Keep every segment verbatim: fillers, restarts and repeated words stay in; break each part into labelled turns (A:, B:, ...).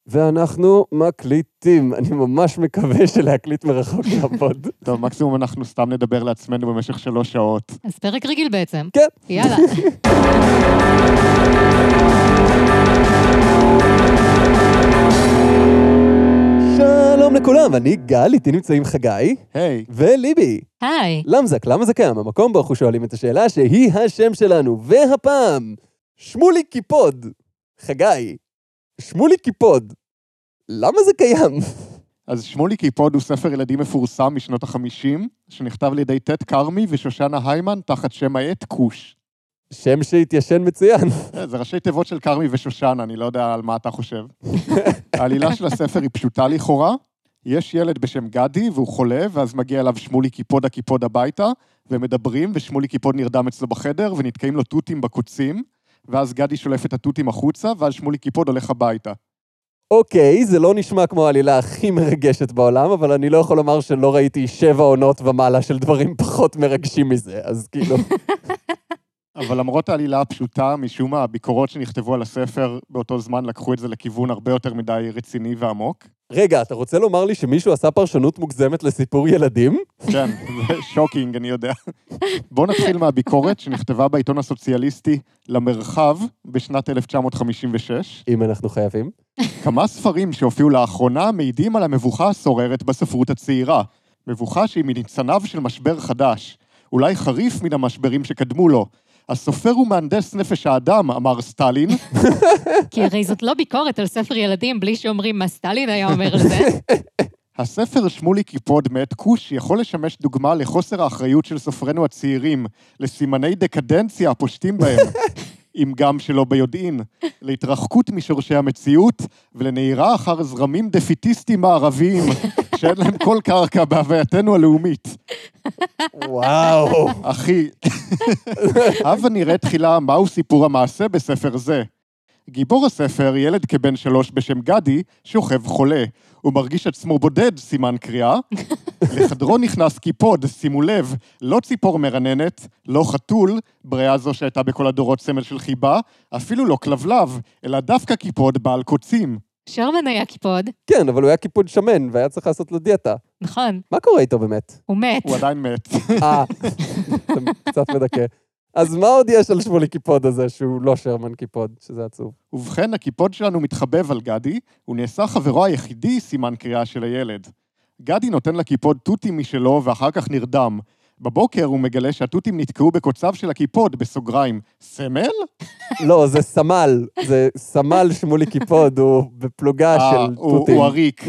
A: ואנחנו מקליטים. אני ממש מקווה שלהקליט מרחוק יעבוד.
B: טוב, מקסימום אנחנו סתם נדבר לעצמנו במשך שלוש שעות.
C: אז פרק רגיל בעצם.
A: כן.
C: יאללה.
A: שלום לכולם, אני גל, איתי נמצאים חגי.
B: היי.
A: וליבי.
C: היי.
A: למזק, למה זה קיים? המקום בו אנחנו שואלים את השאלה שהיא השם שלנו. והפעם, שמולי קיפוד. חגי, שמולי קיפוד. למה זה קיים?
B: אז שמולי קיפוד הוא ספר ילדים מפורסם משנות החמישים, שנכתב על ידי טט קרמי ושושנה היימן תחת שם העט קוש.
A: שם שהתיישן מצוין.
B: זה ראשי תיבות של קרמי ושושנה, אני לא יודע על מה אתה חושב. העלילה של הספר היא פשוטה לכאורה. יש ילד בשם גדי והוא חולה, ואז מגיע אליו שמולי קיפוד הקיפוד הביתה, ומדברים, ושמולי קיפוד נרדם אצלו בחדר, ונתקעים לו טוטים בקוצים, ואז גדי שולף את הטוטים החוצה, ואז שמולי קיפוד הולך הביתה.
A: אוקיי, זה לא נשמע כמו העלילה הכי מרגשת בעולם, אבל אני לא יכול לומר שלא ראיתי שבע עונות ומעלה של דברים פחות מרגשים מזה, אז כאילו...
B: אבל למרות העלילה הפשוטה, משום מה, הביקורות שנכתבו על הספר באותו זמן לקחו את זה לכיוון הרבה יותר מדי רציני ועמוק.
A: רגע, אתה רוצה לומר לי שמישהו עשה פרשנות מוגזמת לסיפור ילדים?
B: כן, זה שוקינג, אני יודע. בואו נתחיל מהביקורת שנכתבה בעיתון הסוציאליסטי למרחב בשנת אלף תשע מאות חמישים ושש.
A: אם אנחנו חייבים.
B: כמה ספרים שהופיעו לאחרונה מעידים על המבוכה השוררת בספרות הצעירה. מבוכה שהיא מניצניו של משבר חדש. אולי חריף מן המשברים שקדמו לו. הסופר הוא מהנדס נפש האדם, אמר סטלין.
C: כי הרי זאת לא ביקורת על ספר ילדים, בלי שאומרים מה סטלין היה אומר לזה.
B: הספר שמולי קיפוד מאת קוש יכול לשמש דוגמה לחוסר האחריות של סופרינו הצעירים, לסימני דקדנציה הפושטים בהם, אם גם שלא ביודעין, להתרחקות משורשי המציאות, ולנהירה אחר זרמים דפיטיסטיים מערביים, שאין להם כל קרקע בהווייתנו הלאומית.
A: וואו.
B: אחי, הבה נראה תחילה מהו סיפור המעשה בספר זה. גיבור הספר, ילד כבן שלוש בשם גדי, שוכב חולה. הוא מרגיש עצמו בודד, סימן קריאה. לחדרו נכנס קיפוד, שימו לב, לא ציפור מרננת, לא חתול, בריאה זו שהייתה בכל הדורות סמל של חיבה, אפילו לא כלבלב, אלא דווקא קיפוד בעל קוצים.
C: שרמן היה קיפוד.
A: כן, אבל הוא היה קיפוד שמן, והיה צריך לעשות לו דיאטה.
C: נכון.
A: מה קורה איתו באמת?
C: הוא מת.
B: הוא עדיין מת.
A: אה, זה קצת מדכא. אז מה עוד יש על שמולי קיפוד הזה, שהוא לא שרמן קיפוד, שזה עצוב?
B: ובכן, הקיפוד שלנו מתחבב על גדי, הוא נעשה חברו היחידי סימן קריאה של הילד. גדי נותן לקיפוד טוטים משלו ואחר כך נרדם. בבוקר הוא מגלה שהטוטים נתקעו בקוצב של הקיפוד, בסוגריים. סמל?
A: לא, זה סמל. זה סמל שמולי קיפוד, הוא בפלוגה של טוטים.
B: הוא עריק.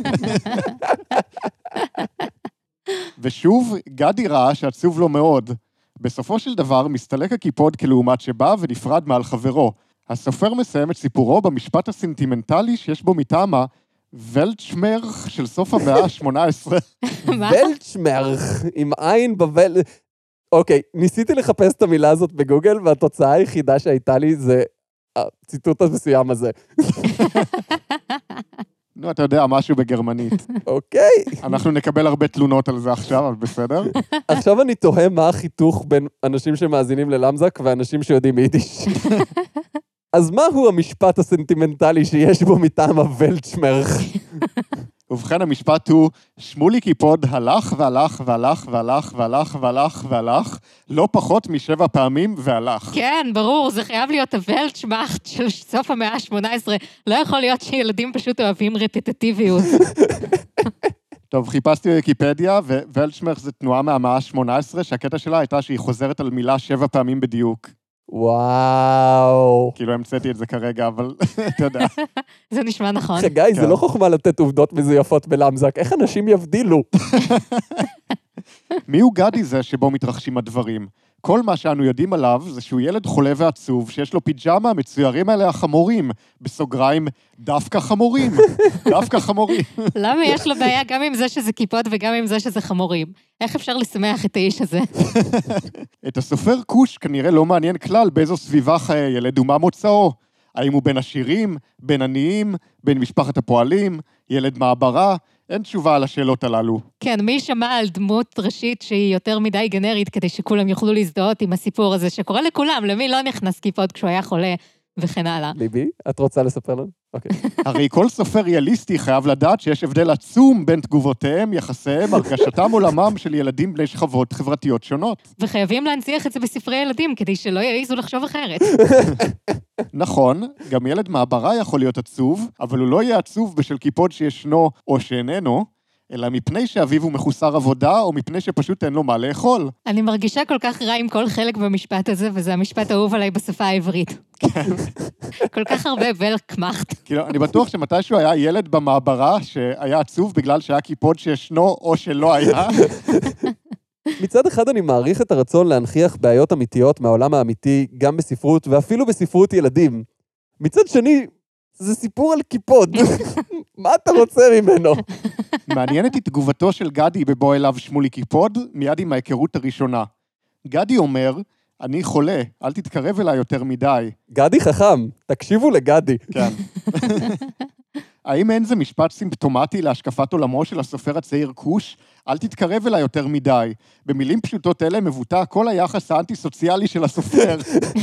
B: ושוב, גדי ראה שעצוב לו מאוד. בסופו של דבר, מסתלק הקיפוד כלעומת שבא ונפרד מעל חברו. הסופר מסיים את סיפורו במשפט הסנטימנטלי שיש בו מטעמה, ולצ'מרח של סוף המאה ה-שמונה עשרה.
A: ולצ'מרח, עם עין בבל... אוקיי, ניסיתי לחפש את המילה הזאת בגוגל, והתוצאה היחידה שהייתה לי זה הציטוט המסוים הזה.
B: נו, אתה יודע, משהו בגרמנית.
A: אוקיי.
B: אנחנו נקבל הרבה תלונות על זה עכשיו, אבל בסדר.
A: עכשיו אני תוהה מה החיתוך בין אנשים שמאזינים ללמזק ואנשים שיודעים יידיש. אז מהו המשפט הסנטימנטלי שיש בו מטעם הוולצ'מרח?
B: ובכן, המשפט הוא, שמולי קיפוד הלך והלך והלך והלך והלך והלך והלך, לא פחות משבע פעמים והלך.
C: כן, ברור, זה חייב להיות הוולצ'מאכט של סוף המאה ה-שמונה עשרה. לא יכול להיות שילדים פשוט אוהבים רפטטיביות.
B: טוב, חיפשתי בוויקיפדיה, ווולצ'מרח זה תנועה מהמאה ה-שמונה עשרה, שהקטע שלה הייתה שהיא חוזרת על מילה שבע פעמים בדיוק.
A: וואו.
B: כאילו, המצאתי את זה כרגע, אבל אתה יודע.
C: זה נשמע נכון.
A: חגי, זה לא חוכמה לתת עובדות מזויפות בלמזק. איך אנשים יבדילו?
B: מי הוא גדי זה שבו מתרחשים הדברים? כל מה שאנו יודעים עליו זה שהוא ילד חולה ועצוב, שיש לו פיג'מה, מצוירים עליה החמורים, בסוגריים, דווקא חמורים, דווקא חמורים.
C: למה יש לו בעיה גם עם זה שזה קיפוד וגם עם זה שזה חמורים? איך אפשר לשמח את האיש הזה?
B: את הסופר קוש כנראה לא מעניין כלל באיזו סביבה חיי הילד ומה מוצאו. האם הוא בין עשירים, בין עניים, בין משפחת הפועלים, ילד מעברה? אין תשובה על השאלות הללו.
C: כן, מי שמע על דמות ראשית שהיא יותר מדי גנרית, כדי שכולם יוכלו להזדהות עם הסיפור הזה, שקורה לכולם, למי לא נכנס קיפוד כשהוא היה חולה? וכן הלאה.
A: ליבי, את רוצה לספר לנו? אוקיי.
B: הרי כל סופר ריאליסטי חייב לדעת שיש הבדל עצום בין תגובותיהם, יחסיהם, הרגשתם עולמם של ילדים בני שכבות חברתיות שונות.
C: וחייבים להנציח את זה בספרי ילדים, כדי שלא יעיזו לחשוב אחרת.
B: נכון, גם ילד מעברה יכול להיות עצוב, אבל הוא לא יהיה עצוב בשל קיפוד שישנו או שאיננו, אלא מפני שאביו הוא מחוסר עבודה, או מפני שפשוט אין לו מה לאכול.
C: אני מרגישה כל כך רע עם כל חלק במשפט הזה, וזה המשפט האהוב עליי בשפה העברית.
B: כן.
C: כל כך הרבה ולקמחת.
B: כאילו, אני בטוח שמתישהו היה ילד במעברה שהיה עצוב בגלל שהיה קיפוד שישנו או שלא היה.
A: מצד אחד אני מעריך את הרצון להנכיח בעיות אמיתיות מהעולם האמיתי, גם בספרות ואפילו בספרות ילדים. מצד שני, זה סיפור על קיפוד. מה אתה רוצה ממנו?
B: מעניינת היא תגובתו של גדי בבוא אליו שמולי קיפוד, מיד עם ההיכרות הראשונה. גדי אומר, אני חולה, אל תתקרב אליי יותר מדי.
A: גדי חכם, תקשיבו לגדי.
B: כן. האם אין זה משפט סימפטומטי להשקפת עולמו של הסופר הצעיר קוש? אל תתקרב אליי יותר מדי. במילים פשוטות אלה מבוטא כל היחס האנטי-סוציאלי של הסופר.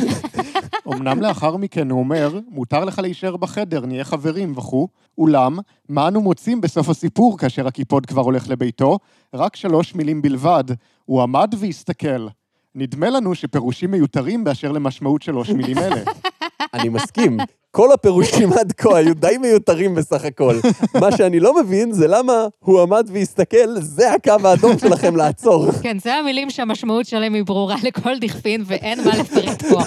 B: אמנם לאחר מכן הוא אומר, מותר לך להישאר בחדר, נהיה חברים וכו', אולם, מה אנו מוצאים בסוף הסיפור כאשר הקיפוד כבר הולך לביתו? רק שלוש מילים בלבד, הוא עמד והסתכל. נדמה לנו שפירושים מיותרים באשר למשמעות שלוש מילים אלה.
A: אני מסכים. כל הפירושים עד כה היו די מיותרים בסך הכל. מה שאני לא מבין זה למה הוא עמד והסתכל, זה הקו האדום שלכם לעצור.
C: כן, זה המילים שהמשמעות שלהם היא ברורה לכל דכפין, ואין מה לפרט פה.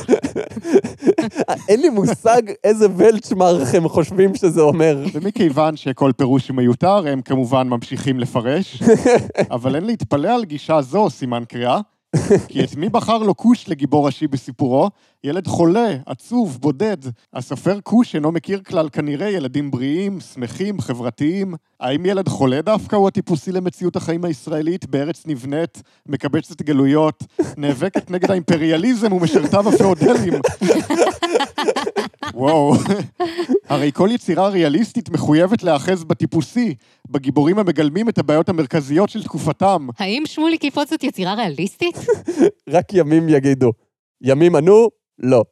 A: אין לי מושג איזה ולצ'מרח הם חושבים שזה אומר.
B: ומכיוון שכל פירוש הוא מיותר, הם כמובן ממשיכים לפרש, אבל אין להתפלא על גישה זו, סימן קריאה, כי את מי בחר לו קוש לגיבור ראשי בסיפורו? ילד חולה, עצוב, בודד. הסופר קוש אינו מכיר כלל כנראה ילדים בריאים, שמחים, חברתיים. האם ילד חולה דווקא הוא הטיפוסי למציאות החיים הישראלית בארץ נבנית, מקבצת גלויות, נאבקת נגד האימפריאליזם ומשרתיו הפאודלים? וואו. הרי כל יצירה ריאליסטית מחויבת לאחז בטיפוסי, בגיבורים המגלמים את הבעיות המרכזיות של תקופתם.
C: האם שמולי קיפוד זאת יצירה ריאליסטית?
A: רק ימים יגידו. ימים ענו? לא.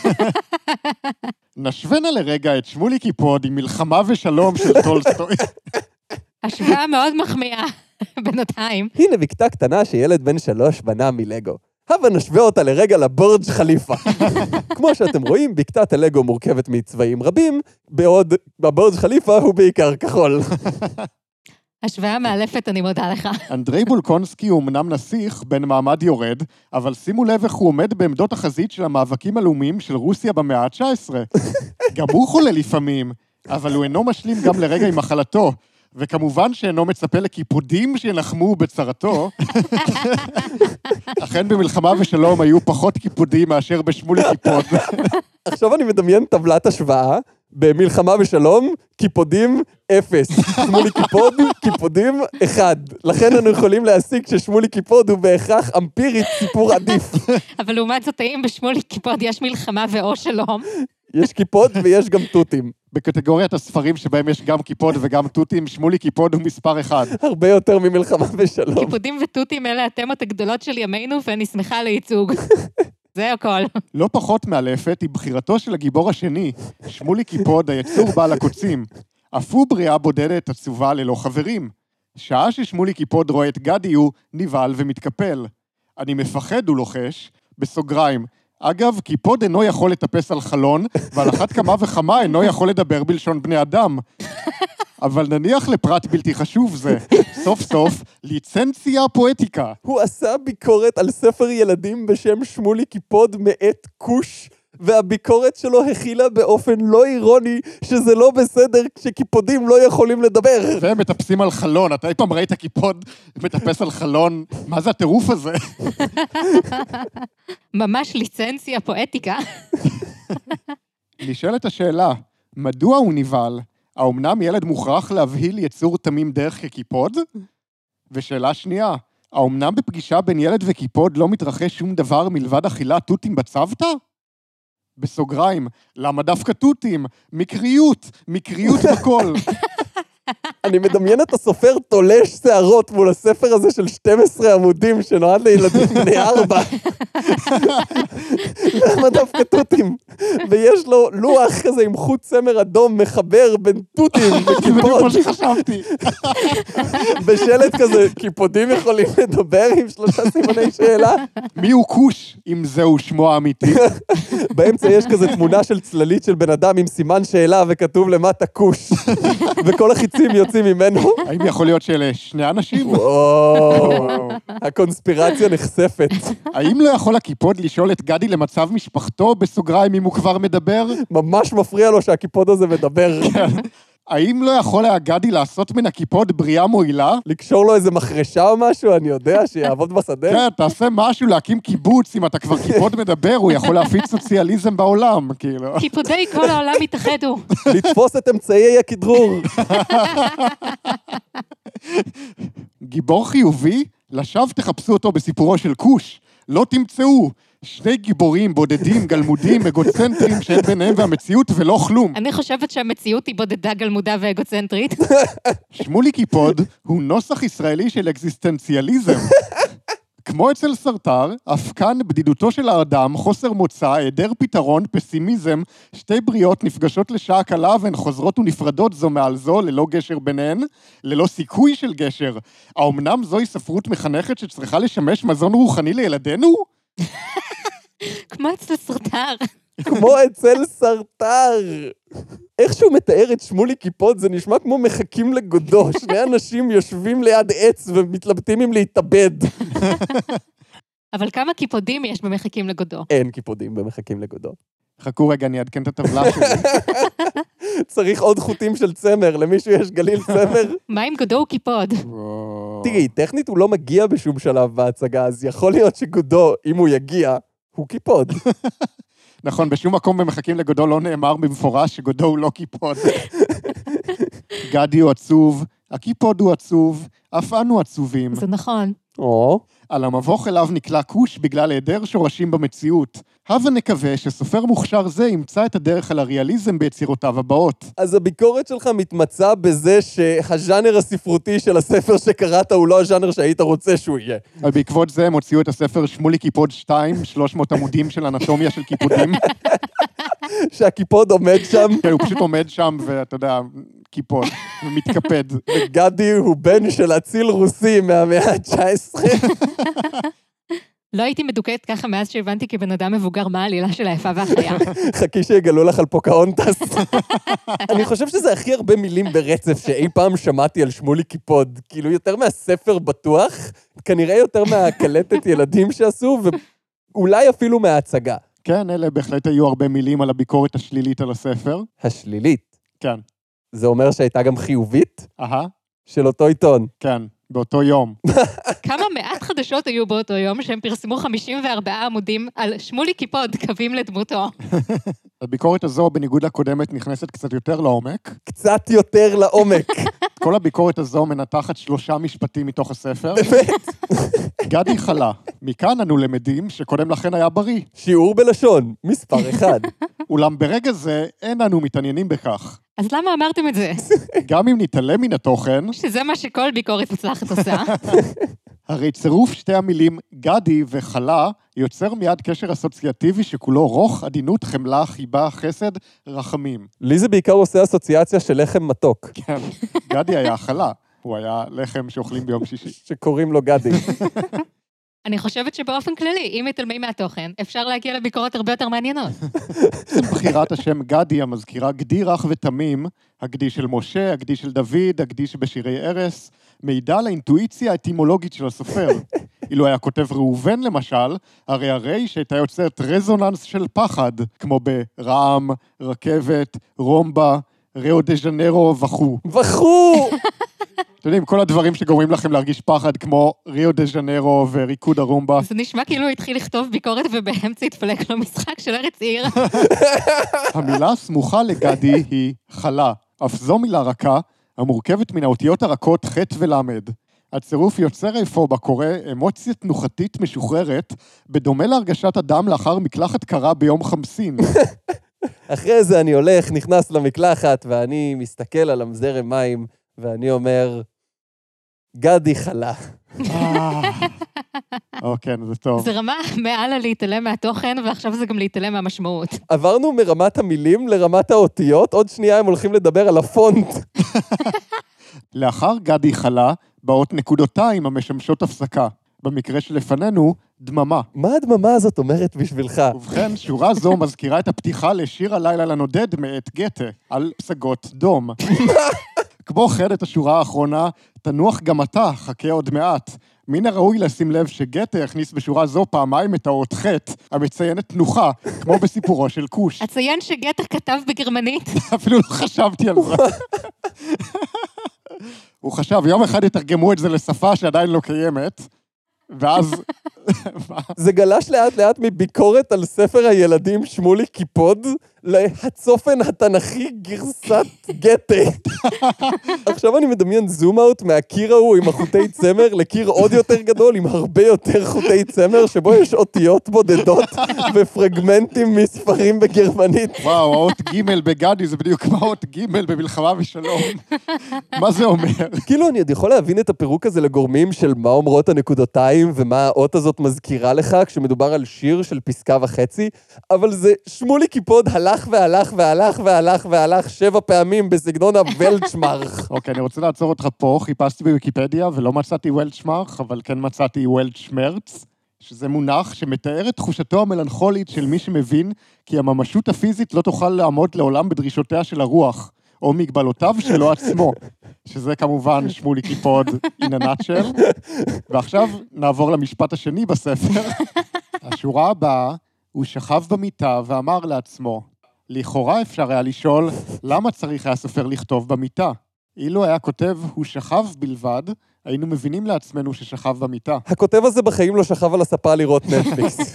B: נשוונה לרגע את שמולי קיפוד עם מלחמה ושלום של טולסטוי.
C: השוואה מאוד מחמיאה בינתיים.
A: הנה בקתה קטנה שילד בן שלוש בנה מלגו. הבה נשווה אותה לרגע לבורג' חליפה. כמו שאתם רואים, בקתת הלגו מורכבת מצבעים רבים, בעוד בבורג' חליפה הוא בעיקר כחול.
C: השוואה מאלפת, אני מודה לך.
B: אנדרי בולקונסקי הוא אמנם נסיך בין מעמד יורד, אבל שימו לב איך הוא עומד בעמדות החזית של המאבקים הלאומיים של רוסיה במאה ה-תשע עשרה. גם הוא חולה לפעמים, אבל הוא אינו משלים גם לרגע עם מחלתו, וכמובן שאינו מצפה לקיפודים שנחמו בצרתו. אכן במלחמה ושלום היו פחות קיפודים מאשר בשמולי קיפוד.
A: עכשיו אני מדמיין טבלת השוואה, במלחמה ושלום, קיפודים אפס. שמולי קיפוד, קיפודים אחד. לכן אנו יכולים להסיק ששמולי קיפוד הוא בהכרח אמפירית סיפור עדיף.
C: אבל לעומת זאת, האם בשמולי קיפוד יש מלחמה ואו שלום?
A: יש קיפוד ויש גם תותים.
B: בקטגוריית הספרים שבהם יש גם קיפוד וגם תותים, שמולי קיפוד הוא מספר אחד.
A: הרבה יותר ממלחמה ושלום.
C: קיפודים ותותים אלה התמות הגדולות של ימינו, ואני שמחה על הייצוג. זה הכל.
B: לא פחות מאלפת היא בחירתו של הגיבור השני, שמולי קיפוד, היצור בעל הקוצים. אף הוא בריאה בודדת עצובה ללא חברים. שעה ששמולי קיפוד רואה את גדי הוא נבהל ומתקפל. אני מפחד, הוא לוחש, בסוגריים. אגב, קיפוד אינו יכול לטפס על חלון, ועל אחת כמה וכמה אינו יכול לדבר בלשון בני אדם. אבל נניח לפרט בלתי חשוב זה, סוף סוף, ליצנציה פואטיקה.
A: הוא עשה ביקורת על ספר ילדים בשם שמולי קיפוד מאת קוש, והביקורת שלו הכילה באופן לא אירוני שזה לא בסדר כשקיפודים לא יכולים לדבר.
B: והם מטפסים על חלון, אתה אי פעם ראית קיפוד מטפס על חלון? מה זה הטירוף הזה?
C: ממש ליצנציה פואטיקה.
B: נשאלת השאלה, מדוע הוא נבהל? האומנם ילד מוכרח להבהיל יצור תמים דרך כקיפוד? ושאלה שנייה, האומנם בפגישה בין ילד וקיפוד לא מתרחש שום דבר מלבד אכילת תותים בצוותא? בסוגריים, למה דווקא תותים? מקריות, מקריות בכל.
A: אני מדמיין את הסופר תולש שערות מול הספר הזה של שנים עשר עמודים שנועד לילדים בני ארבע. למה דווקא תותים? ויש לו לוח כזה עם חוט צמר אדום מחבר בין תותים וקיפוד.
B: כמו שחשבתי.
A: בשלט כזה, קיפודים יכולים לדבר עם שלושה סימני שאלה.
B: מי הוא כוש, אם זהו שמו האמיתי?
A: באמצע יש כזה תמונה של צללית של בן אדם עם סימן שאלה וכתוב למטה כוש. וכל החיצים יוצאים ממנו.
B: האם יכול להיות שאלה שני אנשים?
A: וואו, הקונספירציה נחשפת.
B: האם לא יכול הקיפוד לשאול את גדי למצב משפחתו בסוגריים אם הוא כבר מדבר?
A: ממש מפריע לו שהקיפוד הזה מדבר.
B: האם לא יכול היה גדי לעשות מן הקיפוד בריאה מועילה?
A: לקשור לו איזה מחרשה או משהו, אני יודע, שיעבוד בשדה.
B: כן, תעשה משהו להקים קיבוץ, אם אתה כבר קיפוד מדבר, הוא יכול להפיץ סוציאליזם בעולם, כאילו.
C: קיפודי כל העולם התאחדו.
A: לתפוס את אמצעי הכדרור.
B: גיבור חיובי? לשווא תחפשו אותו בסיפורו של כוש. לא תמצאו. שני גיבורים, בודדים, גלמודים, אגוצנטרים, שאין ביניהם והמציאות ולא כלום.
C: אני חושבת שהמציאות היא בודדה, גלמודה ואגוצנטרית.
B: שמולי קיפוד הוא נוסח ישראלי של אקזיסטנציאליזם. כמו אצל סרטר, אף כאן בדידותו של האדם, חוסר מוצא, היעדר פתרון, פסימיזם, שתי בריאות נפגשות לשעה קלה והן חוזרות ונפרדות זו מעל זו, ללא גשר ביניהן, ללא סיכוי של גשר. האמנם זוהי ספרות מחנכת שצריכה לשמש מזון רוחני לילדינו?
C: כמו אצל סרטר.
A: כמו אצל סרטר. איך שהוא מתאר את שמולי קיפוד, זה נשמע כמו מחכים לגודו. שני אנשים יושבים ליד עץ ומתלבטים אם להתאבד.
C: אבל כמה קיפודים יש במחכים לגודו?
A: אין קיפודים במחכים לגודו.
B: חכו רגע, אני אעדכן את הטבלה שלי.
A: צריך עוד חוטים של צמר, למישהו יש גליל צמר.
C: מה אם גודו הוא קיפוד?
A: תראי, טכנית הוא לא מגיע בשום שלב בהצגה, אז יכול להיות שגודו, אם הוא יגיע, הוא קיפוד.
B: נכון, בשום מקום במחכים לגודו לא נאמר במפורש שגודו הוא לא קיפוד. גדי הוא עצוב, הקיפוד הוא עצוב, אף אנו עצובים.
C: זה נכון.
A: או.
B: על המבוך אליו נקלע כוש בגלל היעדר שורשים במציאות. הבה נקווה שסופר מוכשר זה ימצא את הדרך על הריאליזם ביצירותיו הבאות.
A: אז הביקורת שלך מתמצא בזה שהז'אנר הספרותי של הספר שקראת הוא לא הז'אנר שהיית רוצה שהוא יהיה.
B: בעקבות זה הם הוציאו את הספר שמולי קיפוד שתיים, שלוש מאות עמודים של אנטומיה של קיפודים.
A: שהקיפוד עומד שם.
B: כן, הוא פשוט עומד שם ואתה יודע, קיפוד, ומתקפד.
A: וגדי הוא בן של אציל רוסי מהמאה ה-תשע עשרה.
C: לא הייתי מדוכאת ככה מאז שהבנתי כבן אדם מבוגר מה העלילה של היפה והחיה.
A: חכי שיגלו לך על פוקהונטס. אני חושב שזה הכי הרבה מילים ברצף שאי פעם שמעתי על שמולי קיפוד. כאילו יותר מהספר בטוח, כנראה יותר מהקלטת ילדים שעשו, ואולי אפילו מההצגה.
B: כן, אלה בהחלט היו הרבה מילים על הביקורת השלילית על הספר.
A: השלילית?
B: כן.
A: זה אומר שהייתה גם חיובית?
B: אהה.
A: של אותו עיתון.
B: כן, באותו יום.
C: כמה מעט חדשות היו באותו יום שהם פרסמו חמישים וארבעה עמודים על שמולי קיפוד, קווים לדמותו.
B: הביקורת הזו, בניגוד לקודמת, נכנסת קצת יותר לעומק.
A: קצת יותר לעומק.
B: כל הביקורת הזו מנתחת שלושה משפטים מתוך הספר.
A: באמת.
B: גדי חלה. מכאן אנו למדים שקודם לכן היה בריא.
A: שיעור בלשון, מספר אחד.
B: אולם ברגע זה אין אנו מתעניינים בכך.
C: אז למה אמרתם את זה?
B: גם אם נתעלם מן התוכן,
C: שזה מה שכל ביקורת מוצלחת עושה.
B: הרי צירוף שתי המילים גדי וחלה יוצר מיד קשר אסוציאטיבי שכולו רוך, עדינות, חמלה, חיבה, חסד, רחמים.
A: לי זה בעיקר עושה אסוציאציה של לחם מתוק.
B: כן, גדי היה חלה. הוא היה לחם שאוכלים ביום שישי.
A: שקוראים לו גדי.
C: אני חושבת שבאופן כללי, אם מתעלמים מהתוכן, אפשר להגיע לביקורת הרבה יותר מעניינות.
B: בחירת השם גדי המזכירה גדי רך ותמים, הגדי של משה, הגדי של דוד, הגדי שבשירי ערס, מידע על האינטואיציה האטימולוגית של הסופר. אילו היה כותב ראובן למשל, הרי הרי שהייתה יוצרת רזוננס של פחד, כמו ברעם, רכבת, רומבה, ריו דה ז'נרו וכו'.
A: וכו!
B: אתם יודעים, כל הדברים שגורמים לכם להרגיש פחד, כמו ריו דה ז'נרו וריקוד הרומבה.
C: זה נשמע כאילו הוא התחיל לכתוב ביקורת ובאמצע התפלק לו משחק של ארץ עיר.
B: המילה הסמוכה לגדי היא חלה. אף זו מילה רכה, המורכבת מן האותיות הרכות ח' ולמד. הצירוף יוצר אפוא בקורא אמוציה תנוחתית משוחררת, בדומה להרגשת אדם לאחר מקלחת קרה ביום חמסין.
A: אחרי זה אני הולך, נכנס למקלחת, ואני מסתכל על המזרם מים, ואני אומר, גדי חלה.
B: אוקיי, זה טוב.
C: זה רמה מעלה להתעלם מהתוכן, ועכשיו זה גם להתעלם מהמשמעות.
A: עברנו מרמת המילים לרמת האותיות, עוד שנייה הם הולכים לדבר על הפונט.
B: לאחר גדי חלה, באות נקודותיים המשמשות הפסקה. במקרה שלפנינו, דממה.
A: מה הדממה הזאת אומרת בשבילך?
B: ובכן, שורה זו מזכירה את הפתיחה לשיר הלילה לנודד מאת גתה, על פסגות דום. כמו כן, את השורה האחרונה, תנוח גם אתה, חכה עוד מעט. מן הראוי לשים לב שגתה יכניס בשורה זו פעמיים את האות חטא, המציינת תנוחה, כמו בסיפורו של כוש.
C: אציין שגתה כתב בגרמנית.
B: אפילו לא חשבתי על זה. הוא חשב, יום אחד יתרגמו את זה לשפה שעדיין לא קיימת, ואז...
A: זה גלש לאט לאט מביקורת על ספר הילדים שמולי קיפוד, להצופן התנכי גרסת גתה. עכשיו אני מדמיין זום אאוט מהקיר ההוא עם החוטי צמר לקיר עוד יותר גדול עם הרבה יותר חוטי צמר, שבו יש אותיות בודדות ופרגמנטים מספרים בגרמנית.
B: וואו, האות ג' בגדי זה בדיוק כמו האות ג' במלחמה ושלום. מה זה אומר?
A: כאילו אני עוד יכול להבין את הפירוק הזה לגורמים של מה אומרות הנקודותיים ומה האות הזאת מזכירה לך כשמדובר על שיר של פסקה וחצי, אבל זה שמולי קיפוד הלך והלך והלך והלך והלך שבע פעמים בסגנון הוולצ'מרח.
B: אוקיי, אני רוצה לעצור אותך פה, חיפשתי בוויקיפדיה ולא מצאתי וולצ'מרח, אבל כן מצאתי וולצ'מרץ, שזה מונח שמתאר את תחושתו המלנכולית של מי שמבין כי הממשות הפיזית לא תוכל לעמוד לעולם בדרישותיה של הרוח, או מגבלותיו שלו עצמו, שזה כמובן שמולי קיפוד in a nutshell. ועכשיו נעבור למשפט השני בספר. השורה הבאה, הוא שכב במיטה ואמר לעצמו, לכאורה אפשר היה לשאול, למה צריך היה סופר לכתוב במיטה? אילו היה כותב, הוא שכב בלבד, היינו מבינים לעצמנו ששכב במיטה.
A: הכותב הזה בחיים לא שכב על הספה לראות נטפליקס.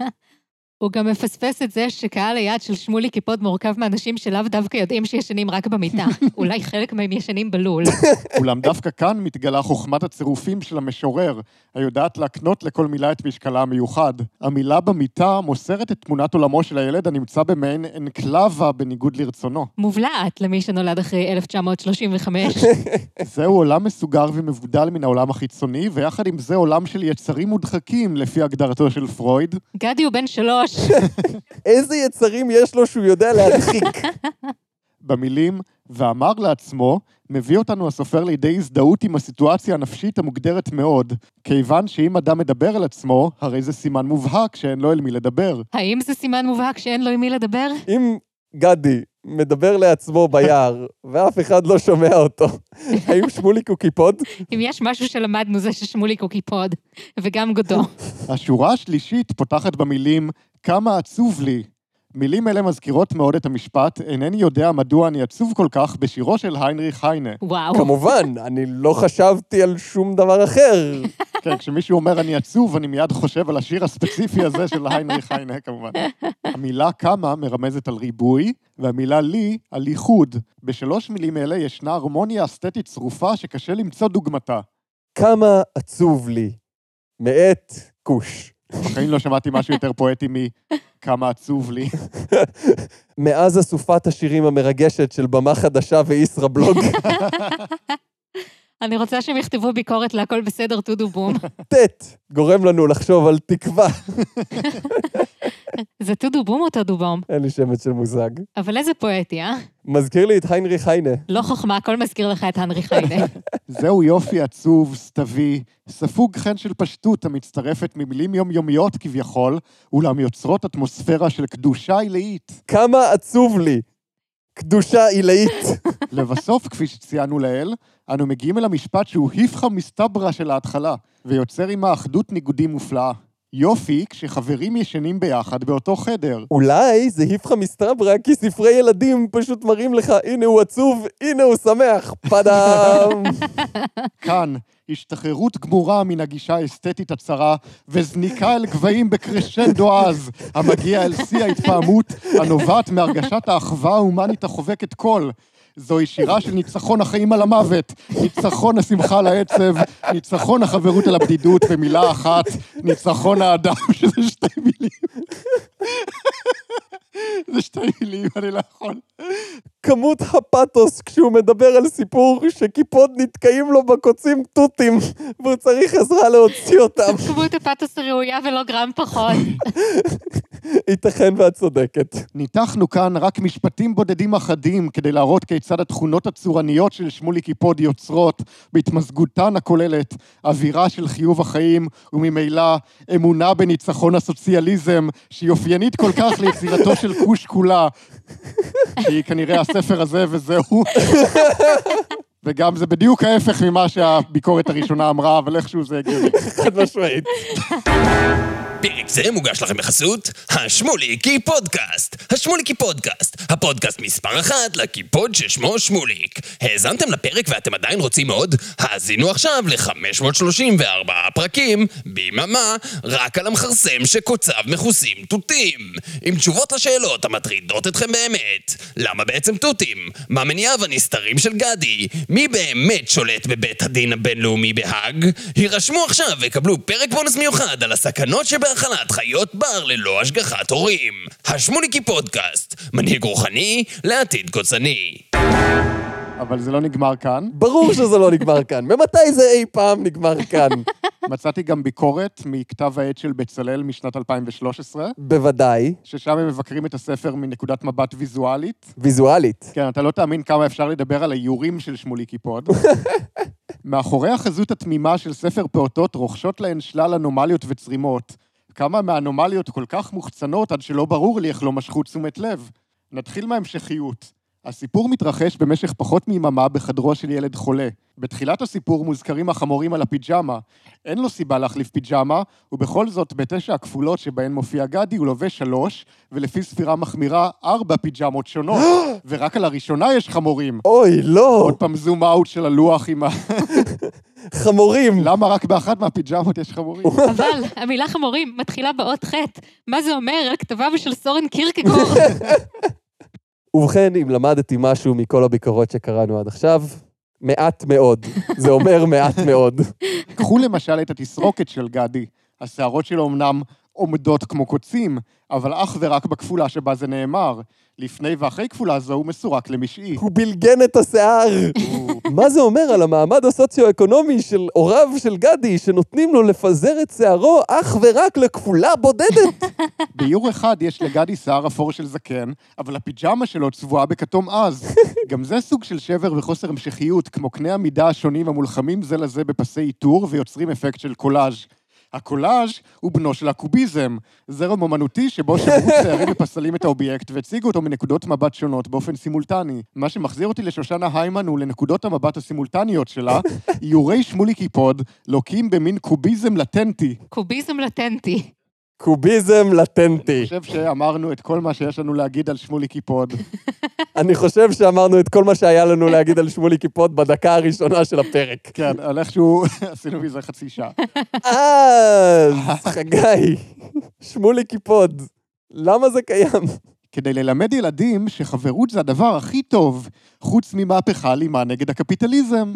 C: הוא גם מפספס את זה שקהל היעד של שמולי קיפוד מורכב מאנשים שלאו דווקא יודעים שישנים רק במיטה. אולי חלק מהם ישנים בלול.
B: אולם דווקא כאן מתגלה חוכמת הצירופים של המשורר, היודעת להקנות לכל מילה את משקלה המיוחד. המילה במיטה מוסרת את תמונת עולמו של הילד הנמצא במעין אנקלבה בניגוד לרצונו.
C: מובלעת למי שנולד אחרי אלף תשע מאות שלושים וחמש.
B: זהו עולם מסוגר ומבודל מן העולם החיצוני, ויחד עם זה עולם של יצרים מודחקים לפי הגדרתו של פרויד.
C: גדי הוא בן שלוש.
A: איזה יצרים יש לו שהוא יודע להדחיק?
B: במילים, ואמר לעצמו, מביא אותנו הסופר לידי הזדהות עם הסיטואציה הנפשית המוגדרת מאוד, כיוון שאם אדם מדבר על עצמו, הרי זה סימן מובהק שאין לו אל מי לדבר.
C: האם זה סימן מובהק שאין לו עם מי לדבר?
A: אם גדי מדבר לעצמו ביער, ואף אחד לא שומע אותו, האם שמוליק הוא קיפוד?
C: אם יש משהו שלמדנו זה ששמוליק הוא קיפוד, וגם גודו.
B: השורה השלישית פותחת במילים, כמה עצוב לי. מילים אלה מזכירות מאוד את המשפט, אינני יודע מדוע אני עצוב כל כך בשירו של היינריך היינה.
C: וואו.
A: כמובן, אני לא חשבתי על שום דבר אחר.
B: כן, כשמישהו אומר אני עצוב, אני מיד חושב על השיר הספציפי הזה של היינריך היינה, כמובן. המילה כמה מרמזת על ריבוי, והמילה לי על ייחוד. בשלוש מילים אלה ישנה הרמוניה אסתטית צרופה שקשה למצוא דוגמתה.
A: כמה עצוב לי. מאת כוש.
B: בחיים לא שמעתי משהו יותר פואטי מכמה עצוב לי.
A: מאז אסופת השירים המרגשת של במה חדשה וישראבלוג.
C: אני רוצה שהם יכתבו ביקורת להכל בסדר טודו בום.
A: טט, גורם לנו לחשוב על תקווה.
C: זה טודו בום או טודו בום?
A: אין לי שמץ של מושג.
C: אבל איזה פואטי, אה?
A: מזכיר לי את היינריך היינה.
C: לא חוכמה, הכל מזכיר לך את היינריך היינה.
B: זהו יופי עצוב, סתווי, ספוג חן של פשטות המצטרפת ממילים יומיומיות כביכול, אולם יוצרות אטמוספירה של קדושה עילאית.
A: כמה עצוב לי. קדושה עילאית.
B: לבסוף, כפי שציינו לאל, אנו מגיעים אל המשפט שהוא היפכה מסתברא של ההתחלה, ויוצר עם האחדות ניגודים מופלאה. יופי כשחברים ישנים ביחד באותו חדר.
A: אולי זה היפכה מסתברא, כי ספרי ילדים פשוט מראים לך, הנה הוא עצוב, הנה הוא שמח, פדם.
B: כאן, השתחררות גמורה מן הגישה האסתטית הצרה, וזניקה אל גבהים בקרשנדו עז, המגיע אל שיא ההתפעמות, הנובעת מהרגשת האחווה ההומנית החובקת כל. זוהי שירה של ניצחון החיים על המוות, ניצחון השמחה על העצב, ניצחון החברות על הבדידות במילה אחת, ניצחון האדם, שזה שתי מילים. זה שתי מילים, אני לא יכול.
A: כמות הפאטוס כשהוא מדבר על סיפור שקיפוד נתקעים לו בקוצים טוטים, והוא צריך עזרה להוציא אותם.
C: כמות הפאטוס הראויה ולא גרם פחות.
A: ייתכן ואת צודקת.
B: ניתחנו כאן רק משפטים בודדים אחדים כדי להראות כיצד התכונות הצורניות של שמולי קיפוד יוצרות בהתמזגותן הכוללת אווירה של חיוב החיים וממילא אמונה בניצחון הסוציאליזם שיופיינית כל כך ליצירתו של קוש כולה. כי כנראה הספר הזה וזהו. וגם זה בדיוק ההפך ממה שהביקורת הראשונה אמרה, אבל איכשהו זה הגיוני.
A: חד משמעית.
D: פרק זה מוגש לכם בחסות השמוליקי פודקאסט. השמוליקי פודקאסט, הפודקאסט מספר אחת לקיפוד ששמו שמוליק. האזנתם לפרק ואתם עדיין רוצים עוד? האזינו עכשיו ל-חמש מאות שלושים וארבעה פרקים ביממה, רק על המחרסם שקוצב מכוסים תותים. עם תשובות לשאלות המטרידות אתכם באמת. למה בעצם תותים? מה מניעיו הנסתרים של גדי? מי באמת שולט בבית הדין הבינלאומי בהאג? הירשמו עכשיו וקבלו פרק בונוס מיוחד על הסכנות שבה האכלת חיות בר ללא השגחת הורים. השמוליקי פודקאסט, מנהיג רוחני לעתיד קוצני.
B: אבל זה לא נגמר כאן.
A: ברור שזה לא נגמר כאן. ממתי זה אי פעם נגמר כאן?
B: מצאתי גם ביקורת מכתב העת של בצלאל משנת אלפיים ושלוש עשרה,
A: בוודאי.
B: ששם הם מבקרים את הספר מנקודת מבט ויזואלית.
A: ויזואלית.
B: כן, אתה לא תאמין כמה אפשר לדבר על האיורים של שמולי קיפוד. מאחורי החזות התמימה של ספר פעוטות רוכשות להן שלל אנומליות וצרימות. כמה מהאנומליות כל כך מוחצנות עד שלא ברור לי איך לא משכו תשומת לב. נתחיל מהמשכיות. הסיפור מתרחש במשך פחות מיממה בחדרו של ילד חולה. בתחילת הסיפור מוזכרים החמורים על הפיג'מה. אין לו סיבה להחליף פיג'מה, ובכל זאת בתשע הכפולות שבהן מופיע גדי הוא לובש שלוש, ולפי ספירה מחמירה ארבע פיג'מות שונות. ורק על הראשונה יש חמורים.
A: אוי, לא.
B: עוד פעם זום אאוט של הלוח עם ה...
A: חמורים.
B: למה רק באחת מהפיג'מות יש חמורים?
C: אבל המילה חמורים מתחילה באות חטא. מה זה אומר? על כתביו של סורן קירקגור.
A: ובכן, אם למדתי משהו מכל הביקורות שקראנו עד עכשיו, מעט מאוד. זה אומר מעט מאוד.
B: קחו למשל את התסרוקת של גדי. השערות שלו אמנם עומדות כמו קוצים, אבל אך ורק בכפולה שבה זה נאמר. לפני ואחרי כפולה זו הוא מסורק למשעי.
A: הוא בלגן את השיער. מה זה אומר על המעמד הסוציו-אקונומי של הוריו של גדי, שנותנים לו לפזר את שערו אך ורק לכפולה בודדת?
B: באיור אחד יש לגדי שיער אפור של זקן, אבל הפיג'מה שלו צבועה בכתום עז. גם זה סוג של שבר וחוסר המשכיות, כמו קנה המידה השונים המולחמים זה לזה בפסי איתור ויוצרים אפקט של קולאז'. הקולאז' הוא בנו של הקוביזם, זרם אומנותי שבו שברו ציירים ופסלים את האובייקט והציגו אותו מנקודות מבט שונות באופן סימולטני. מה שמחזיר אותי לשושנה היימן הוא לנקודות המבט הסימולטניות שלה, איורי שמולי קיפוד לוקים במין קוביזם לטנטי.
C: קוביזם לטנטי.
A: קוביזם לטנטי.
B: אני חושב שאמרנו את כל מה שיש לנו להגיד על שמולי קיפוד.
A: אני חושב שאמרנו את כל מה שהיה לנו להגיד על שמולי קיפוד בדקה הראשונה של הפרק.
B: כן, על איכשהו עשינו מזה חצי שעה.
A: אז, חגי, שמולי קיפוד, למה זה קיים?
B: כדי ללמד ילדים שחברות זה הדבר הכי טוב, חוץ ממהפכה אלימה נגד הקפיטליזם.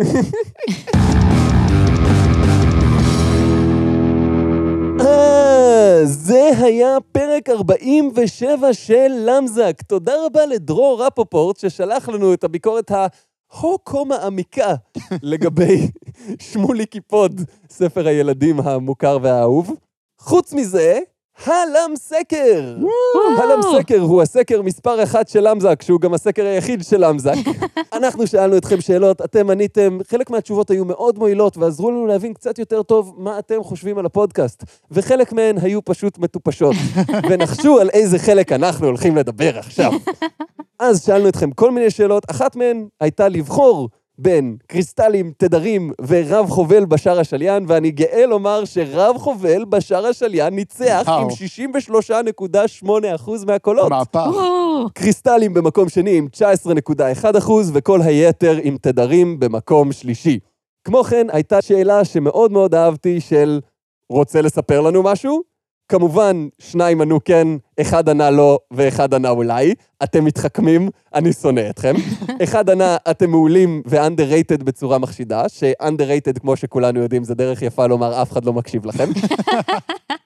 A: אה, זה היה פרק ארבעים ושבע של למזק. תודה רבה לדרור רפופורט ששלח לנו את הביקורת ההוקו מעמיקה לגבי שמולי קיפוד, ספר הילדים המוכר והאהוב. חוץ מזה, הלם סקר. הלם סקר הוא הסקר מספר אחת של למזק, שהוא גם הסקר היחיד של למזק. אנחנו שאלנו אתכם שאלות, אתם עניתם, חלק מהתשובות היו מאוד מועילות, ועזרו לנו להבין קצת יותר טוב מה אתם חושבים על הפודקאסט, וחלק מהן היו פשוט מטופשות. ונחשו על איזה חלק אנחנו הולכים לדבר עכשיו. אז שאלנו אתכם כל מיני שאלות, אחת מהן הייתה לבחור בין קריסטלים, תדרים ורב חובל בשער השליין, ואני גאה לומר שרב חובל בשער השליין ניצח עם שישים ושלוש נקודה שמונה אחוז מהקולות.
B: מהפך.
A: קריסטלים במקום שני עם תשע עשרה נקודה אחת אחוז, וכל היתר עם תדרים במקום שלישי. כמו כן, הייתה שאלה שמאוד מאוד אהבתי של רוצה לספר לנו משהו? כמובן, שניים ענו כן, אחד ענה לא, ואחד ענה אולי. אתם מתחכמים, אני שונא אתכם. אחד ענה, אתם מעולים ו-underrated בצורה מחשידה, ש-underrated, כמו שכולנו יודעים, זה דרך יפה לומר, אף אחד לא מקשיב לכם.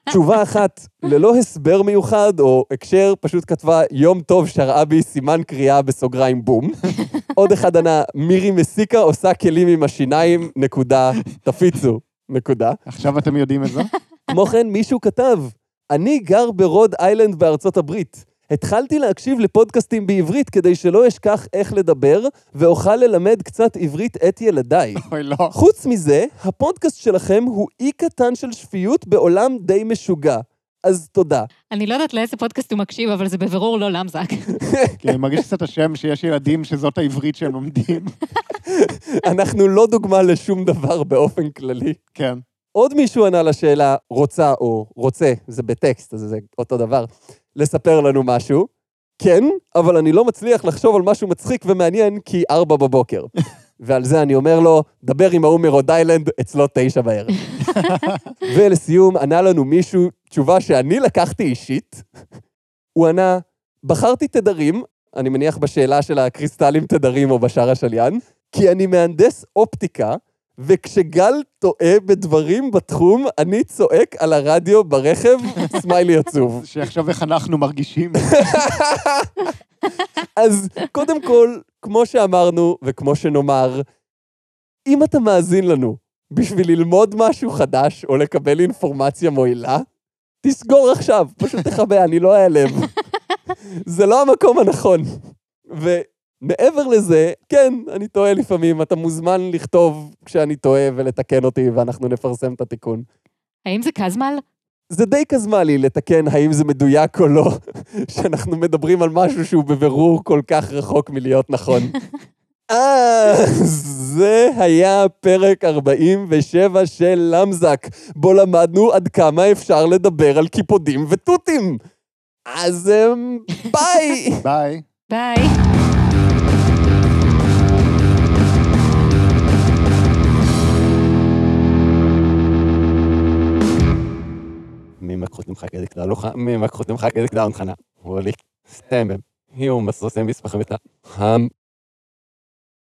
A: תשובה אחת, ללא הסבר מיוחד או הקשר, פשוט כתבה יום טוב שרעה בי סימן קריאה בסוגריים בום. עוד אחד ענה, מירי מסיקה עושה כלים עם השיניים, נקודה, תפיצו, נקודה.
B: עכשיו אתם יודעים את זה?
A: כמו כן, מישהו כתב, אני גר ברוד איילנד בארצות הברית. התחלתי להקשיב לפודקאסטים בעברית כדי שלא אשכח איך לדבר, ואוכל ללמד קצת עברית את ילדיי.
B: אוי, לא.
A: חוץ מזה, הפודקאסט שלכם הוא אי קטן של שפיות בעולם די משוגע. אז תודה.
C: אני לא יודעת לאיזה פודקאסט הוא מקשיב, אבל זה בבירור לא למזק.
B: כי אני מרגיש קצת השם שיש ילדים שזאת העברית שהם לומדים.
A: אנחנו לא דוגמה לשום דבר באופן כללי.
B: כן.
A: עוד מישהו ענה לשאלה, רוצה או רוצה, זה בטקסט, אז זה אותו דבר, לספר לנו משהו. כן, אבל אני לא מצליח לחשוב על משהו מצחיק ומעניין, כי ארבע בבוקר. ועל זה אני אומר לו, דבר עם ההוא מרוד איילנד, אצלו תשע בערב. ולסיום, ענה לנו מישהו, תשובה שאני לקחתי אישית, הוא ענה, בחרתי תדרים, אני מניח בשאלה של הקריסטלים תדרים או בשער השליין, כי אני מהנדס אופטיקה, וכשגל טועה בדברים בתחום, אני צועק על הרדיו ברכב, סמיילי עצוב.
B: שיחשוב איך אנחנו מרגישים.
A: אז קודם כל, כמו שאמרנו וכמו שנאמר, אם אתה מאזין לנו בשביל ללמוד משהו חדש או לקבל אינפורמציה מועילה, תסגור עכשיו, פשוט תחבא, אני לא אעלב. זה לא המקום הנכון. ומעבר לזה, כן, אני טועה לפעמים, אתה מוזמן לכתוב כשאני טועה ולתקן אותי, ואנחנו נפרסם את התיקון.
C: האם זה קזמל?
A: זה די קזמה לי לתקן האם זה מדויק או לא, שאנחנו מדברים על משהו שהוא בבירור כל כך רחוק מלהיות נכון. אה, זה היה פרק ארבעים ושבע של למזק, בו למדנו עד כמה אפשר לדבר על קיפודים וטוטים. אז ביי!
B: ביי.
C: ביי.
A: ממקחות ממך כדי כדאו לך, ממקחות ממך כדי כדאו נכנה. הולי, סטמם, יום מסוסם בספחם את העם.